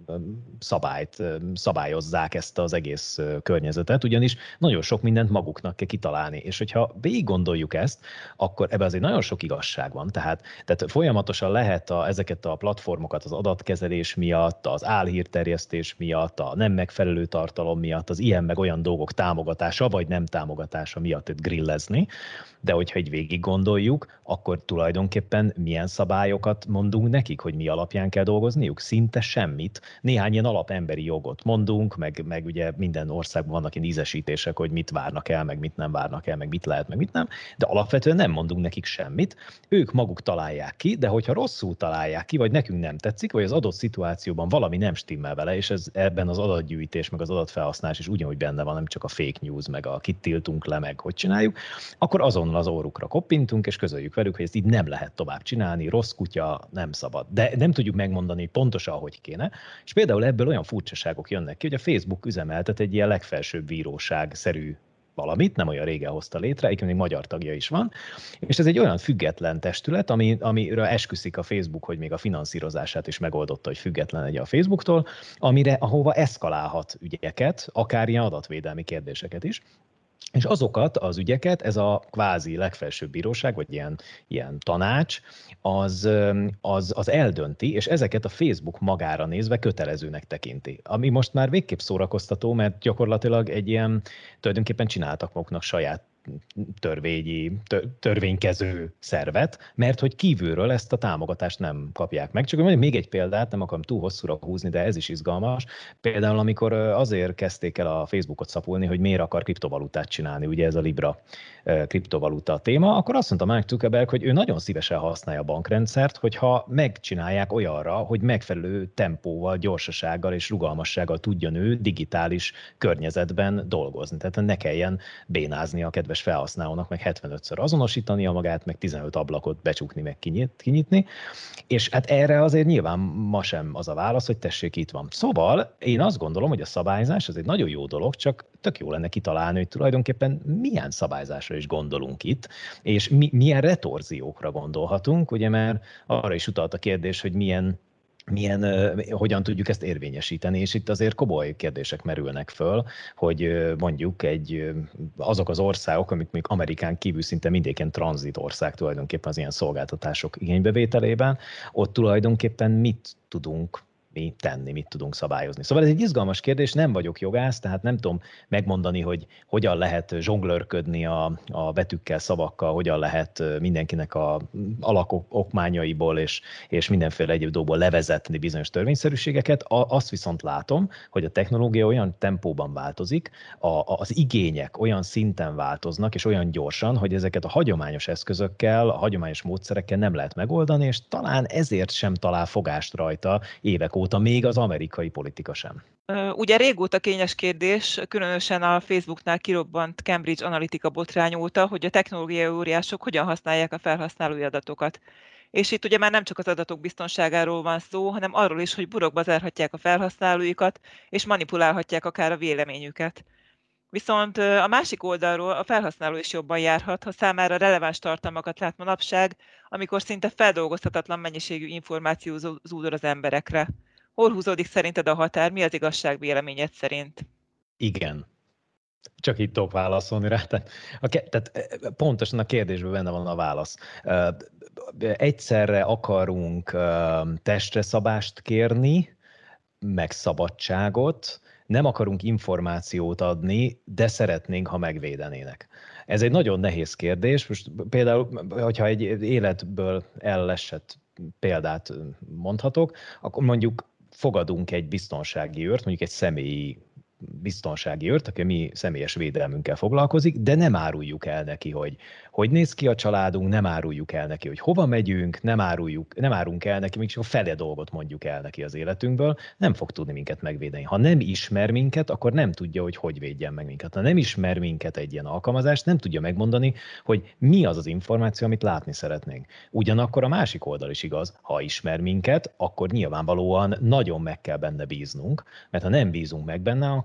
szabályozzák ezt az egész környezetet, ugyanis nagyon sok mindent maguknak kell kitalálni, és hogyha végig gondoljuk ezt, akkor ebben azért nagyon sok igazság van, tehát folyamatosan lehet ezeket a platformokat az adatkezelés miatt, az álhírterjesztés miatt, a nem megfelelő tartalom miatt, az ilyen meg olyan dolgok támogatása vagy nem támogatása miatt grillezni, de hogyha így végig gondoljuk, akkor tulajdonképpen milyen szabályokat mondunk nekik, hogy mi alapján kell dolgozniuk? Szinte semmit. Néhány ilyen alapemberi jogot mondunk, meg ugye minden országban vannak ilyen ízesítések, hogy mit várnak el, meg mit nem várnak el, meg mit lehet, meg mit nem, de alapvetően nem mondunk nekik semmit. Ők maguk találják ki, de hogyha rosszul találják ki, vagy nekünk nem tetszik, vagy az adott szituációban valami nem stimmel vele, és ebben az adatgyűjtés, meg az adatfelhasználás is ugyanúgy benne van, nem csak a fake news, meg a kit tiltunk le, meg hogy csináljuk, akkor azonnal az órukra koppintunk, és közöljük velük, hogy ezt így nem lehet tovább csinálni, rossz kutya, nem szabad. De nem tudjuk megmondani pontosan, hogy kéne. És például ebből olyan furcsaságok jönnek ki, hogy a Facebook üzemeltet egy ilyen legfelsőbb bíróság-szerű valamit, nem olyan régen hozta létre, egyébként még magyar tagja is van, és ez egy olyan független testület, amiről esküszik a Facebook, hogy még a finanszírozását is megoldotta, hogy független legyen a Facebooktól, ahova eszkalálhat ügyeket, akár ilyen adatvédelmi kérdéseket is. És azokat az ügyeket, ez a kvázi legfelsőbb bíróság, vagy ilyen tanács, az eldönti, és ezeket a Facebook magára nézve kötelezőnek tekinti. Ami most már végképp szórakoztató, mert gyakorlatilag egy ilyen, tulajdonképpen csináltak maguknak saját törvénykező szervet, mert hogy kívülről ezt a támogatást nem kapják meg. Csak mondjuk még egy példát, nem akarom túl hosszúra húzni, de ez is izgalmas. Például amikor azért kezdték el a Facebookot szapulni, hogy miért akar kriptovalutát csinálni, ugye ez a Libra kriptovaluta téma, akkor azt mondta Mark Zuckerberg, hogy ő nagyon szívesen használja a bankrendszert, hogyha megcsinálják olyanra, hogy megfelelő tempóval, gyorsasággal és rugalmassággal tudjon ő digitális környezetben dolgozni. Tehát ne kelljen bénázni a kedves felhasználónak, meg 75-ször azonosítania magát, meg 15 ablakot becsukni, meg kinyitni. És hát erre azért nyilván ma sem az a válasz, hogy tessék, itt van. Szóval én azt gondolom, hogy a szabályzás az egy nagyon jó dolog, csak tök jó lenne kitalálni, hogy tulajdonképpen milyen szabályzásra is gondolunk itt, és milyen retorziókra gondolhatunk, ugye, mert arra is utalt a kérdés, hogy hogyan tudjuk ezt érvényesíteni, és itt azért komoly kérdések merülnek föl, hogy mondjuk azok az országok, amik még Amerikán kívül szinte mindéken tranzit ország tulajdonképpen az ilyen szolgáltatások igénybevételében, ott tulajdonképpen mit tudunk mi tenni, mit tudunk szabályozni. Szóval ez egy izgalmas kérdés, nem vagyok jogász, tehát nem tudom megmondani, hogy hogyan lehet zsonglőrködni a betűkkel, szavakkal, hogyan lehet mindenkinek a alakokmányaiból és mindenféle egyéb dolgokból levezetni bizonyos törvényszerűségeket. Azt viszont látom, hogy a technológia olyan tempóban változik, az igények olyan szinten változnak, és olyan gyorsan, hogy ezeket a hagyományos eszközökkel, a hagyományos módszerekkel nem lehet megoldani, és talán ezért sem talál fogást rajta évek óta, még az amerikai politika sem. Ugye régóta kényes kérdés, különösen a Facebooknál kirobbant Cambridge Analytica botrány óta, hogy a technológiai óriások hogyan használják a felhasználói adatokat. És itt ugye már nem csak az adatok biztonságáról van szó, hanem arról is, hogy burokba zárhatják a felhasználóikat, és manipulálhatják akár a véleményüket. Viszont a másik oldalról a felhasználó is jobban járhat, ha számára releváns tartalmakat lát manapság, amikor szinte feldolgozhatatlan mennyiségű információ zúdul az emberekre. Hol húzódik szerinted a határ? Mi az igazság véleményed szerint? Igen. Csak itt tudok válaszolni rá. Tehát pontosan a kérdésben benne van a válasz. Egyszerre akarunk testre szabást kérni, meg szabadságot, nem akarunk információt adni, de szeretnénk, ha megvédenének. Ez egy nagyon nehéz kérdés. Most például, hogyha egy életből ellesett példát mondhatok, akkor mondjuk fogadunk egy biztonsági őrt, mondjuk egy személyi biztonsági őrt, aki a mi személyes védelmünkkel foglalkozik, de nem áruljuk el neki, hogy néz ki a családunk, nem áruljuk el neki, hogy hova megyünk, nem árunk el neki, még csak a fele dolgot mondjuk el neki az életünkből, nem fog tudni minket megvédeni. Ha nem ismer minket, akkor nem tudja, hogy védjen meg minket. Ha nem ismer minket egy ilyen alkalmazást, nem tudja megmondani, hogy mi az az információ, amit látni szeretnénk. Ugyanakkor a másik oldal is igaz, ha ismer minket, akkor nyilvánvalóan nagyon meg kell benne bíznunk, mert ha nem bízunk meg benne,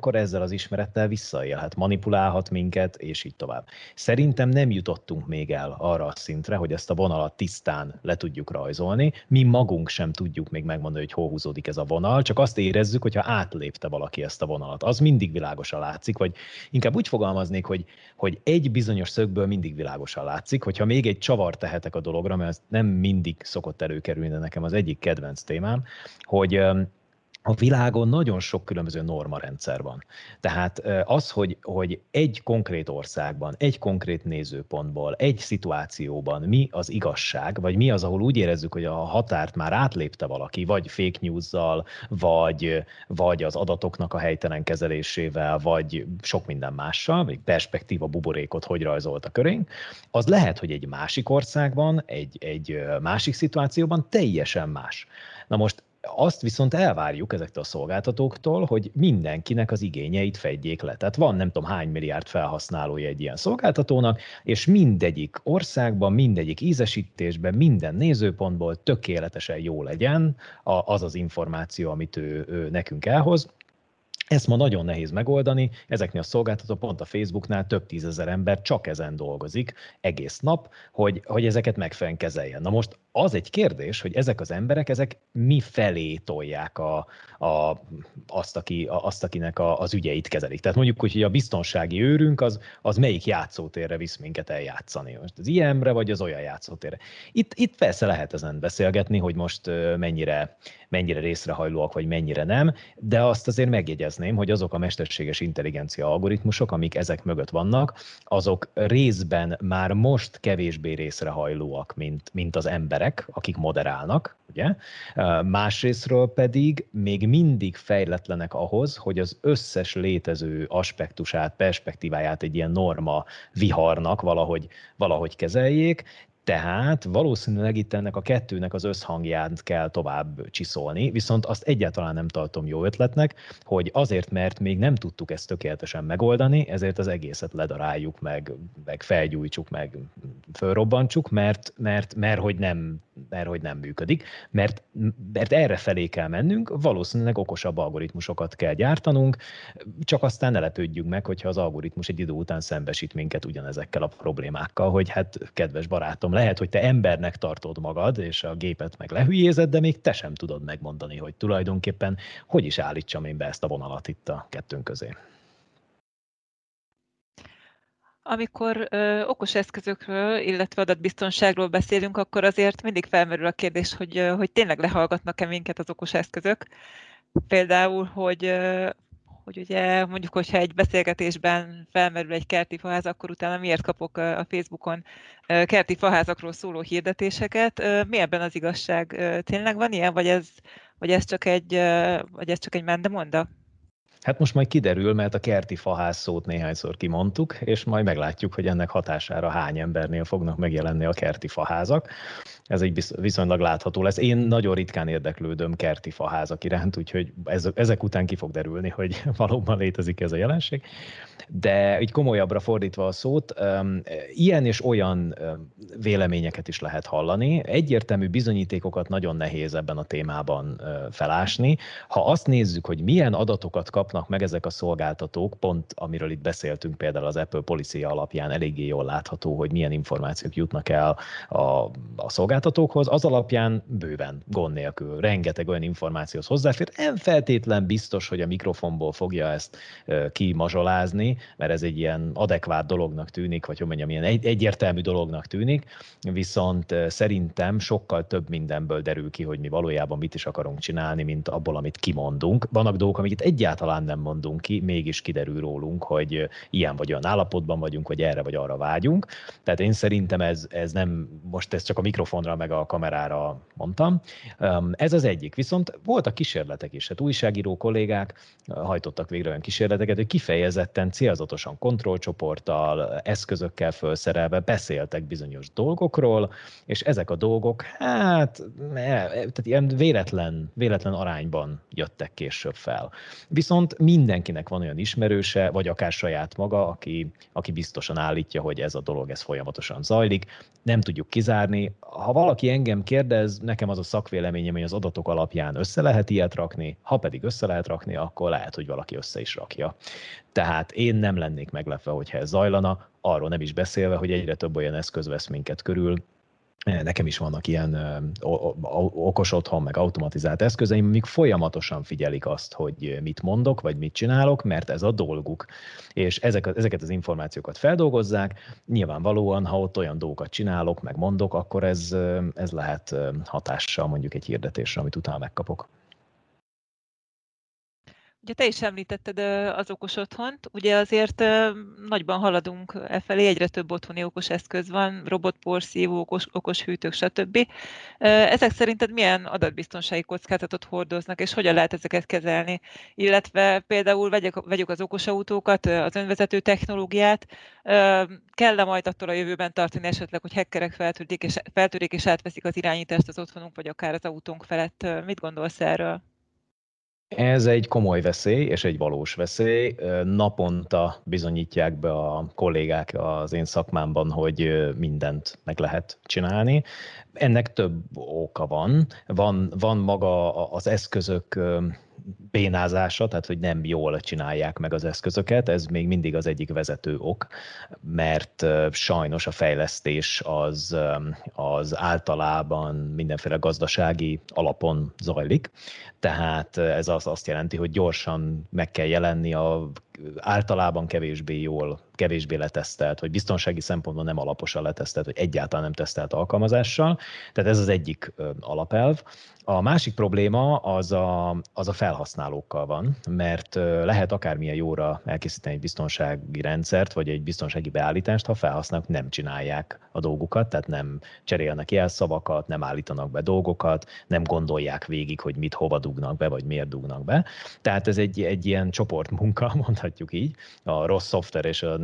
akkor ezzel az ismerettel visszaélhet, manipulálhat minket, és így tovább. Szerintem nem jutottunk még el arra a szintre, hogy ezt a vonalat tisztán le tudjuk rajzolni. Mi magunk sem tudjuk még megmondani, hogy hol húzódik ez a vonal, csak azt érezzük, hogyha átlépte valaki ezt a vonalat. Az mindig világosan látszik, vagy inkább úgy fogalmaznék, hogy egy bizonyos szögből mindig világosan látszik, hogyha még egy csavart tehetek a dologra, mert ez nem mindig szokott előkerülni, de nekem az egyik kedvenc témám, hogy a világon nagyon sok különböző normarendszer van. Tehát az, hogy egy konkrét országban, egy konkrét nézőpontból, egy szituációban mi az igazság, vagy mi az, ahol úgy érezzük, hogy a határt már átlépte valaki, vagy fake news-zal, vagy az adatoknak a helytelen kezelésével, vagy sok minden mással, vagy perspektíva buborékot hogy rajzolt a körénk, az lehet, hogy egy másik országban, egy másik szituációban teljesen más. Na most azt viszont elvárjuk ezektől a szolgáltatóktól, hogy mindenkinek az igényeit fedjék le. Tehát van nem tudom hány milliárd felhasználója egy ilyen szolgáltatónak, és mindegyik országban, mindegyik ízesítésben, minden nézőpontból tökéletesen jó legyen az az információ, amit ő nekünk elhoz. Ezt ma nagyon nehéz megoldani, ezeknél a szolgáltatók, pont a Facebooknál több tízezer ember csak ezen dolgozik egész nap, hogy ezeket megfelelően kezeljen. Na most az egy kérdés, hogy ezek az emberek, ezek mi felé tolják azt, akinek az ügyeit kezelik. Tehát mondjuk, hogy a biztonsági őrünk az melyik játszótérre visz minket eljátszani. Most az IM-re vagy az olyan játszótérre. Itt persze lehet ezen beszélgetni, hogy most mennyire részrehajlóak, vagy mennyire nem, de azt azért megjegyezném, hogy azok a mesterséges intelligencia algoritmusok, amik ezek mögött vannak, azok részben már most kevésbé részrehajlóak, mint az emberek, akik moderálnak, ugye? Másrésztről pedig még mindig fejletlenek ahhoz, hogy az összes létező aspektusát, perspektíváját egy ilyen norma viharnak valahogy kezeljék, tehát valószínűleg itt ennek a kettőnek az összhangját kell tovább csiszolni, viszont azt egyáltalán nem tartom jó ötletnek, hogy azért, mert még nem tudtuk ezt tökéletesen megoldani, ezért az egészet ledaráljuk, meg felgyújtsuk, meg fölrobbantsuk, mert hogy nem működik, mert erre felé kell mennünk, valószínűleg okosabb algoritmusokat kell gyártanunk, csak aztán ne lepődjünk meg, hogyha az algoritmus egy idő után szembesít minket ugyanezekkel a problémákkal, hogy hát kedves barátom, lehet, hogy te embernek tartod magad, és a gépet meg lehülyézed, de még te sem tudod megmondani, hogy tulajdonképpen hogy is állítsam én be ezt a vonalat itt a kettőnk közé. Amikor okos eszközökről, illetve adatbiztonságról beszélünk, akkor azért mindig felmerül a kérdés, hogy tényleg lehallgatnak-e minket az okos eszközök. Például, hogy ugye mondjuk, hogyha egy beszélgetésben felmerül egy kerti faház, akkor utána miért kapok a Facebookon kerti faházakról szóló hirdetéseket. Mi ebben az igazság? Tényleg van ilyen, vagy ez csak egy mendemonda? Hát most majd kiderül, mert a kerti faház szót néhányszor kimondtuk, és majd meglátjuk, hogy ennek hatására hány embernél fognak megjelenni a kerti faházak. Ez egy viszonylag látható lesz. Én nagyon ritkán érdeklődöm kerti faházak iránt, úgyhogy ezek után ki fog derülni, hogy valóban létezik ez a jelenség. De így komolyabbra fordítva a szót, ilyen és olyan véleményeket is lehet hallani. Egyértelmű bizonyítékokat nagyon nehéz ebben a témában felásni. Ha azt nézzük, hogy milyen adatokat kapnak meg ezek a szolgáltatók, pont amiről itt beszéltünk, például az Apple Policy alapján eléggé jól látható, hogy milyen információk jutnak el a szolgáltatókhoz, az alapján bőven, gond nélkül, rengeteg olyan információhoz hozzáfér. Nem feltétlen biztos, hogy a mikrofonból fogja ezt kimazsolázni, mert ez egy ilyen adekvát dolognak tűnik, vagy hogy mondjam, ilyen egyértelmű dolognak tűnik, viszont szerintem sokkal több mindenből derül ki, hogy mi valójában mit is akarunk csinálni, mint abból, amit kimondunk. Vannak dolgok, amiket egyáltalán nem mondunk ki, mégis kiderül rólunk, hogy ilyen vagy olyan állapotban vagyunk, vagy erre vagy arra vágyunk. Tehát én szerintem ez nem, most ezt csak a mikrofonra meg a kamerára mondtam. Ez az egyik. Viszont voltak kísérletek is. Hát újságíró kollégák hajtottak végre olyan kísérleteket, hogy kifejezetten célzatosan kontrollcsoporttal, eszközökkel felszerelve beszéltek bizonyos dolgokról, és ezek a dolgok, tehát ilyen véletlen arányban jöttek később fel. Viszont Viszont mindenkinek van olyan ismerőse, vagy akár saját maga, aki biztosan állítja, hogy ez a dolog ez folyamatosan zajlik. Nem tudjuk kizárni. Ha valaki engem kérdez, nekem az a szakvéleményem, hogy az adatok alapján össze lehet ilyet rakni, ha pedig össze lehet rakni, akkor lehet, hogy valaki össze is rakja. Tehát én nem lennék meglepve, hogyha ez zajlana, arról nem is beszélve, hogy egyre több olyan eszköz vesz minket körül. Nekem is vannak ilyen okos otthon, meg automatizált eszközeim, amik folyamatosan figyelik azt, hogy mit mondok, vagy mit csinálok, mert ez a dolguk. És ezeket az információkat feldolgozzák. Nyilvánvalóan, ha ott olyan dolgokat csinálok, meg mondok, akkor ez lehet hatással mondjuk egy hirdetésre, amit utána megkapok. Ugye te is említetted az okos otthont, ugye azért nagyban haladunk e felé, egyre több otthoni okos eszköz van, robotporszívó, okos hűtők, stb. Ezek szerinted milyen adatbiztonsági kockázatot hordoznak, és hogyan lehet ezeket kezelni? Illetve például vegyük az okos autókat, az önvezető technológiát, kell-e majd attól a jövőben tartani esetleg, hogy hackerek feltörik és átveszik az irányítást az otthonunk, vagy akár az autónk felett? Mit gondolsz erről? Ez egy komoly veszély, és egy valós veszély. Naponta bizonyítják be a kollégák az én szakmámban, hogy mindent meg lehet csinálni. Ennek több oka van. Van maga az eszközök bénázása, tehát hogy nem jól csinálják meg az eszközöket, ez még mindig az egyik vezető ok, mert sajnos a fejlesztés az általában mindenféle gazdasági alapon zajlik, tehát ez azt jelenti, hogy gyorsan meg kell jelenni a általában kevésbé letesztelt, vagy biztonsági szempontból nem alaposan letesztelt, vagy egyáltalán nem tesztelt alkalmazással. Tehát ez az egyik alapelv. A másik probléma az a felhasználókkal van, mert lehet akármilyen jóra elkészíteni egy biztonsági rendszert, vagy egy biztonsági beállítást, ha a felhasználók nem csinálják a dolgukat, tehát nem cserélnek jelszavakat, nem állítanak be dolgokat, nem gondolják végig, hogy mit hova dugnak be, vagy miért dugnak be. Tehát ez egy ilyen csoportmunka, mondhatjuk így, a rossz szoftver és a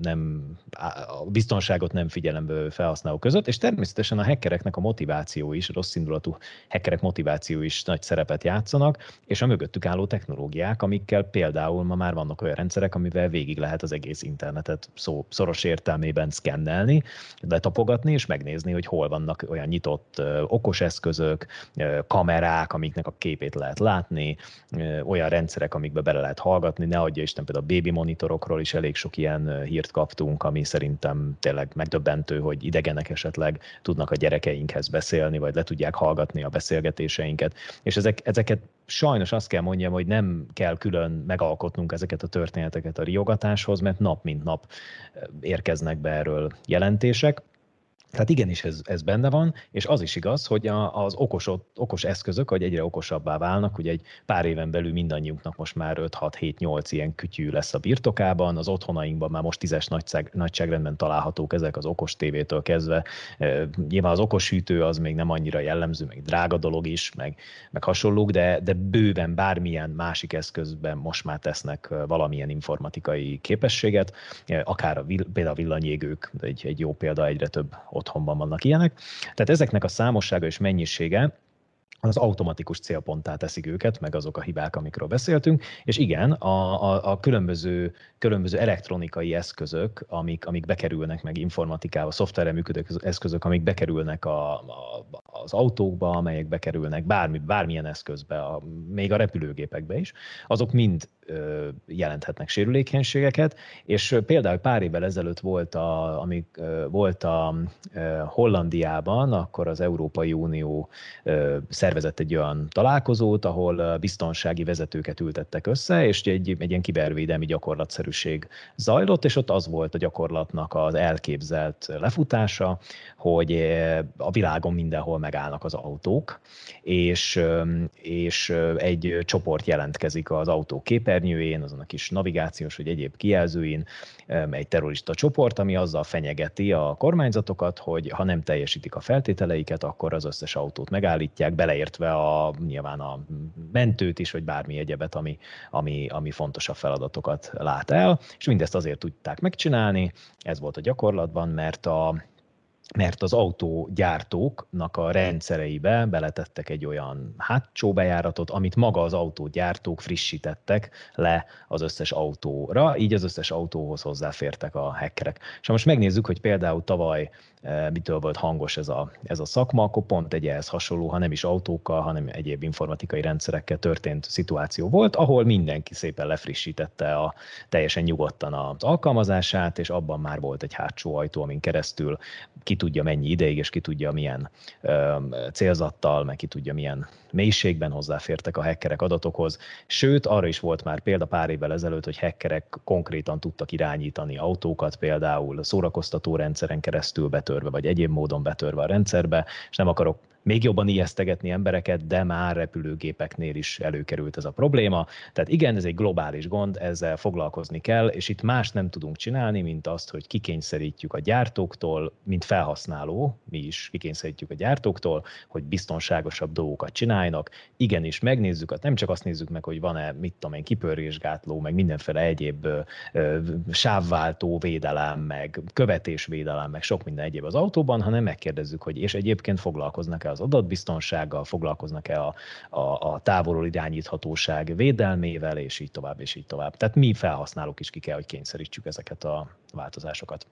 biztonságot nem figyelembe felhasználók között, és természetesen a hackereknek a motiváció is, rossz indulatú hackerek motiváció is nagy szerepet játszanak, és a mögöttük álló technológiák, amikkel például ma már vannak olyan rendszerek, amivel végig lehet az egész internetet szó szoros értelmében szkennelni, letapogatni, és megnézni, hogy hol vannak olyan nyitott okos eszközök, kamerák, amiknek a képét lehet látni, olyan rendszerek, amikbe bele lehet hallgatni, ne adja Isten, például a baby monitorokról is elég sok ilyen hírt kaptunk, ami szerintem tényleg megdöbbentő, hogy idegenek esetleg tudnak a gyerekeinkhez beszélni, vagy le tudják hallgatni a beszélgetéseinket. És ezeket sajnos azt kell mondjam, hogy nem kell külön megalkotnunk ezeket a történeteket a riogatáshoz, mert nap mint nap érkeznek be erről jelentések. Tehát igenis ez benne van, és az is igaz, hogy az okos eszközök, hogy egyre okosabbá válnak, ugye egy pár éven belül mindannyiunknak most már 5-6-7-8 ilyen kütyű lesz a birtokában, az otthonainkban már most 10-es nagyságrendben találhatók ezek az okos tévétől kezdve. Nyilván az okos hűtő az még nem annyira jellemző, meg drága dolog is, meg hasonlók, de bőven bármilyen másik eszközben most már tesznek valamilyen informatikai képességet, akár például a villanyégők, egy jó példa, egyre több otthonban vannak ilyenek. Tehát ezeknek a számossága és mennyisége az automatikus célponttá teszik őket, meg azok a hibák, amikről beszéltünk, és igen, a különböző elektronikai eszközök, amik bekerülnek, meg informatikával, szoftverrel működő eszközök, amik bekerülnek az autókba, amelyek bekerülnek bármilyen eszközbe, még a repülőgépekbe is, azok mind jelenthetnek sérülékenységeket, és például pár évvel ezelőtt volt a Hollandiában, akkor az Európai Unió szervezett egy olyan találkozót, ahol biztonsági vezetőket ültettek össze, és egy ilyen kibervédelmi gyakorlatszerűség zajlott, és ott az volt a gyakorlatnak az elképzelt lefutása, hogy a világon mindenhol megállnak az autók, és egy csoport jelentkezik az autó képernyőjén, azon a kis navigációs vagy egyéb kijelzőin, egy terrorista csoport, ami azzal fenyegeti a kormányzatokat, hogy ha nem teljesítik a feltételeiket, akkor az összes autót megállítják, beleértve nyilván a mentőt is, vagy bármi egyebet, ami fontosabb feladatokat lát el, és mindezt azért tudták megcsinálni, ez volt a gyakorlatban, mert mert az autógyártóknak a rendszereibe beletettek egy olyan hátsó bejáratot, amit maga az autógyártók frissítettek le az összes autóra, így az összes autóhoz hozzáfértek a hackerek. És ha most megnézzük, hogy például tavaly mitől volt hangos ez a szakma, akkor pont egy ehhez hasonló, ha nem is autókkal, hanem egyéb informatikai rendszerekkel történt szituáció volt, ahol mindenki szépen lefrissítette teljesen nyugodtan az alkalmazását, és abban már volt egy hátsó ajtó, amin keresztül ki tudja mennyi ideig, és ki tudja milyen célzattal, meg ki tudja milyen mélységben hozzáfértek a hackerek adatokhoz. Sőt, arra is volt már példa pár évvel ezelőtt, hogy hackerek konkrétan tudtak irányítani autókat, például szórakoztató rendszeren keresztül betörve, vagy egyéb módon betörve a rendszerbe, és nem akarok még jobban ijesztegetni embereket, de már repülőgépeknél is előkerült ez a probléma. Tehát igen, ez egy globális gond, ezzel foglalkozni kell, és itt más nem tudunk csinálni, mint azt, hogy kikényszerítjük a gyártóktól, mint felhasználó, mi is kikényszerítjük a gyártóktól, hogy biztonságosabb dolgokat csináljanak. Igenis, megnézzük, nem csak azt nézzük meg, hogy van-e, mit tudom én, kipörgésgátló, meg mindenféle egyéb sávváltó védelem, meg követésvédelem, meg sok minden egyéb az autóban, hanem megkérdezzük, hogy és egyébként foglalkoznak-e az adatbiztonsággal, foglalkoznak-e a távolról irányíthatóság védelmével, és így tovább, és így tovább. Tehát mi felhasználók is ki kell, hogy kényszerítsük ezeket a változásokat.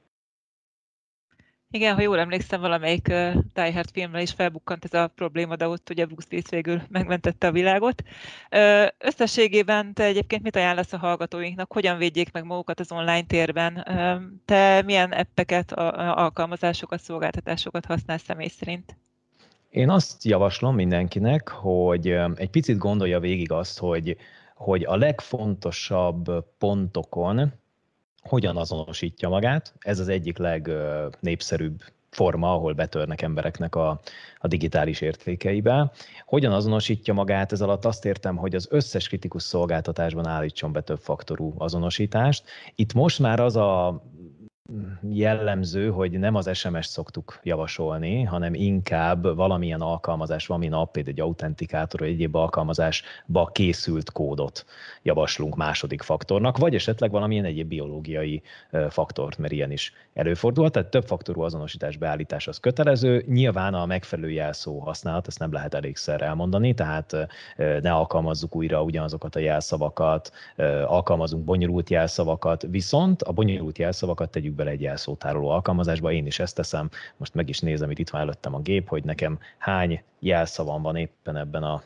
Igen, ha jól emlékszem, valamelyik Die Hard filmben is felbukkant ez a probléma, de ott ugye Bruce Willis végül megmentette a világot. Összességében te egyébként mit ajánlasz a hallgatóinknak, hogyan védjék meg magukat az online térben? Te milyen appeket, alkalmazásokat, szolgáltatásokat használsz személy szerint? Én azt javaslom mindenkinek, hogy egy picit gondolja végig azt, hogy a legfontosabb pontokon hogyan azonosítja magát. Ez az egyik legnépszerűbb forma, ahol betörnek embereknek a digitális értékeibe. Hogyan azonosítja magát? Ez alatt azt értem, hogy az összes kritikus szolgáltatásban állítson be többfaktorú azonosítást. Itt most már az a jellemző, hogy nem az SMS-t szoktuk javasolni, hanem inkább valamilyen alkalmazás, valamilyen app, egy autentikátor, vagy egyéb alkalmazásba készült kódot javaslunk második faktornak, vagy esetleg valamilyen egyéb biológiai faktort, mert ilyen is előfordul. Tehát többfaktorú azonosítás beállítás az kötelező. Nyilván a megfelelő jelszó használat, ezt nem lehet elégszer elmondani, tehát ne alkalmazzuk újra ugyanazokat a jelszavakat, alkalmazunk bonyolult jelszavakat, viszont a bonyolult jelszavakat tegyük bele egy jelszótároló alkalmazásba, én is ezt teszem, most meg is nézem, itt van előttem a gép, hogy nekem hány jelszavam van éppen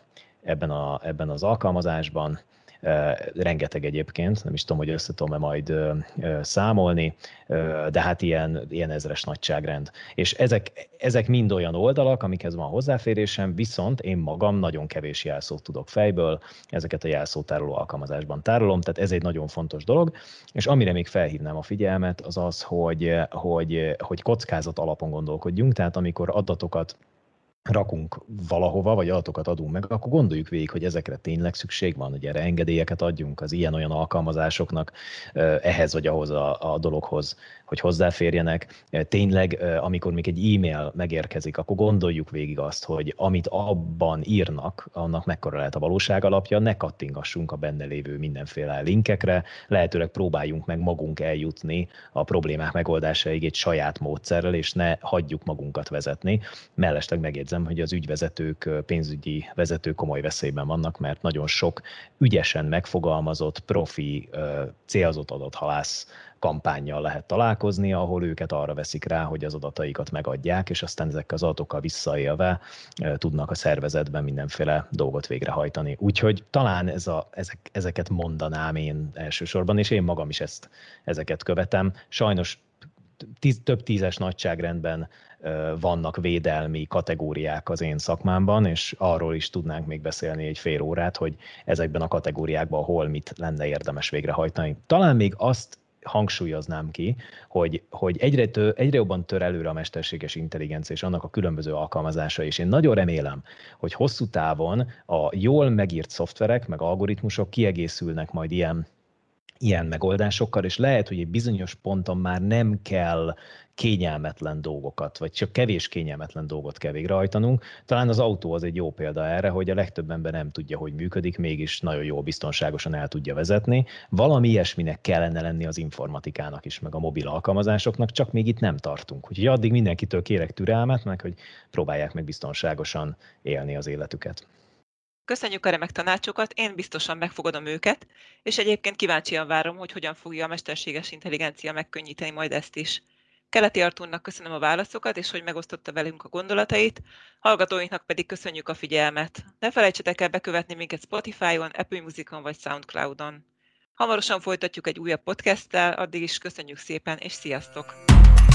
ebben az alkalmazásban, rengeteg egyébként, nem is tudom, hogy össze tudom-e majd számolni, de hát ilyen ezres nagyságrend. És ezek mind olyan oldalak, amikhez van hozzáférésem, viszont én magam nagyon kevés jelszót tudok fejből, ezeket a jelszótároló alkalmazásban tárolom, tehát ez egy nagyon fontos dolog, és amire még felhívnám a figyelmet, az az, hogy kockázat alapon gondolkodjunk, tehát amikor adatokat rakunk valahova, vagy adatokat adunk meg, akkor gondoljuk végig, hogy ezekre tényleg szükség van, hogy erre engedélyeket adjunk az ilyen-olyan alkalmazásoknak, ehhez vagy ahhoz a dologhoz, hogy hozzáférjenek. Tényleg, amikor még egy e-mail megérkezik, akkor gondoljuk végig azt, hogy amit abban írnak, annak mekkora lehet a valóság alapja, ne kattingassunk a benne lévő mindenféle linkekre, lehetőleg próbáljunk meg magunk eljutni a problémák megoldásáig egy saját módszerrel, és ne hagyjuk magunkat vezetni. Mellesleg megjegyzem, hogy az ügyvezetők, pénzügyi vezetők komoly veszélyben vannak, mert nagyon sok ügyesen megfogalmazott, profi, célzott adathalász kampánnyal lehet találkozni, ahol őket arra veszik rá, hogy az adataikat megadják, és aztán ezekkel az adatokkal visszaélve tudnak a szervezetben mindenféle dolgot végrehajtani. Úgyhogy talán ezeket mondanám én elsősorban, és én magam is ezeket követem. Sajnos több tízes nagyságrendben vannak védelmi kategóriák az én szakmámban, és arról is tudnánk még beszélni egy fél órát, hogy ezekben a kategóriákban hol mit lenne érdemes végrehajtani. Talán még azt hangsúlyoznám ki, hogy egyre jobban tör előre a mesterséges intelligencia és annak a különböző alkalmazása, és én nagyon remélem, hogy hosszú távon a jól megírt szoftverek, meg algoritmusok kiegészülnek majd ilyen ilyen megoldásokkal, és lehet, hogy egy bizonyos ponton már nem kell kényelmetlen dolgokat, vagy csak kevés kényelmetlen dolgot kell végrehajtanunk. Talán az autó az egy jó példa erre, hogy a legtöbb ember nem tudja, hogy működik, mégis nagyon jól, biztonságosan el tudja vezetni. Valami ilyesminek kellene lenni az informatikának is, meg a mobil alkalmazásoknak, csak még itt nem tartunk. Úgyhogy addig mindenkitől kérek türelmet, meg hogy próbálják meg biztonságosan élni az életüket. Köszönjük a remek tanácsokat, én biztosan megfogadom őket, és egyébként kíváncsian várom, hogy hogyan fogja a mesterséges intelligencia megkönnyíteni majd ezt is. Keleti Artúrnak köszönöm a válaszokat, és hogy megosztotta velünk a gondolatait, hallgatóinknak pedig köszönjük a figyelmet. Ne felejtsetek el bekövetni minket Spotify-on, Apple Musicon vagy Soundcloud-on. Hamarosan folytatjuk egy újabb podcasttel, addig is köszönjük szépen, és sziasztok!